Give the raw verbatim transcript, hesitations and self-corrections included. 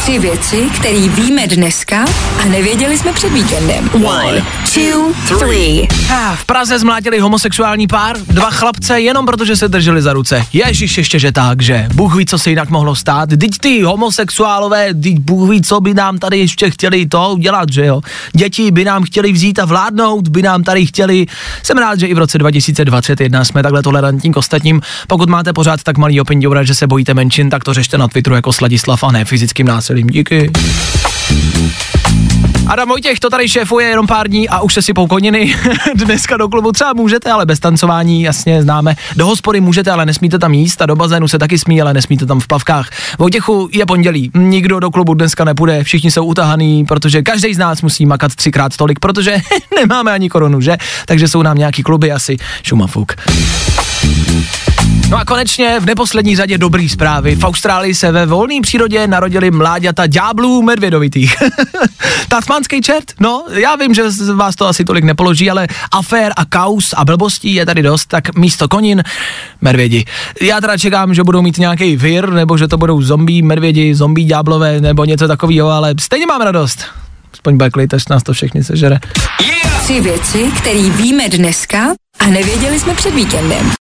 Tři věci, které víme dneska a nevěděli jsme před víkendem. One, two, three. V Praze zmlátili homosexuální pár, dva chlapce, jenom protože se drželi za ruce. Ježiš, ještě že tak, že Bůh ví, co se jinak mohlo stát. Vždyť ty homosexuálové, vždyť Bůh ví, co by nám tady ještě chtěli to udělat, že jo. Děti by nám chtěli vzít a vládnout, by nám tady chtěli. Jsem rád, že i v roce dva tisíce dvacet jedna jsme takhle tolerantní k ostatním. Pokud máte pořád tak malý opinďoura, že se bojíte menšin, tak to řešte na Twitteru jako Sladislav a ne fyzickým násilím. Díky. Adam Vojtěch to tady šéfuje jenom pár dní a už se sypou koniny. Dneska do klubu třeba můžete, ale bez tancování, jasně známe. Do hospody můžete, ale nesmíte tam jíst a do bazénu se taky smí, ale nesmíte tam v plavkách. Vojtěchu, je pondělí, nikdo do klubu dneska nepůjde, všichni jsou utahaný, protože každý z nás musí makat třikrát tolik, protože nemáme ani korunu, že? Takže jsou nám nějaký kluby asi šumafuk. No a konečně v neposlední řadě dobrý zprávy. V Austrálii se ve volné přírodě narodili mláďata ďáblů medvědovitých. Tasmánský čert? No, já vím, že vás to asi tolik nepoloží, ale afér a kaus a blbostí je tady dost, tak místo konin, medvědi. Já teda čekám, že budou mít nějaký vir, nebo že to budou zombie medvědi, zombie ďáblové, nebo něco takového, ale stejně mám radost. Aspoň Beckley, až nás to všechny sežere. Yeah! Tři věci, které víme dneska a nevěděli jsme před víkendem.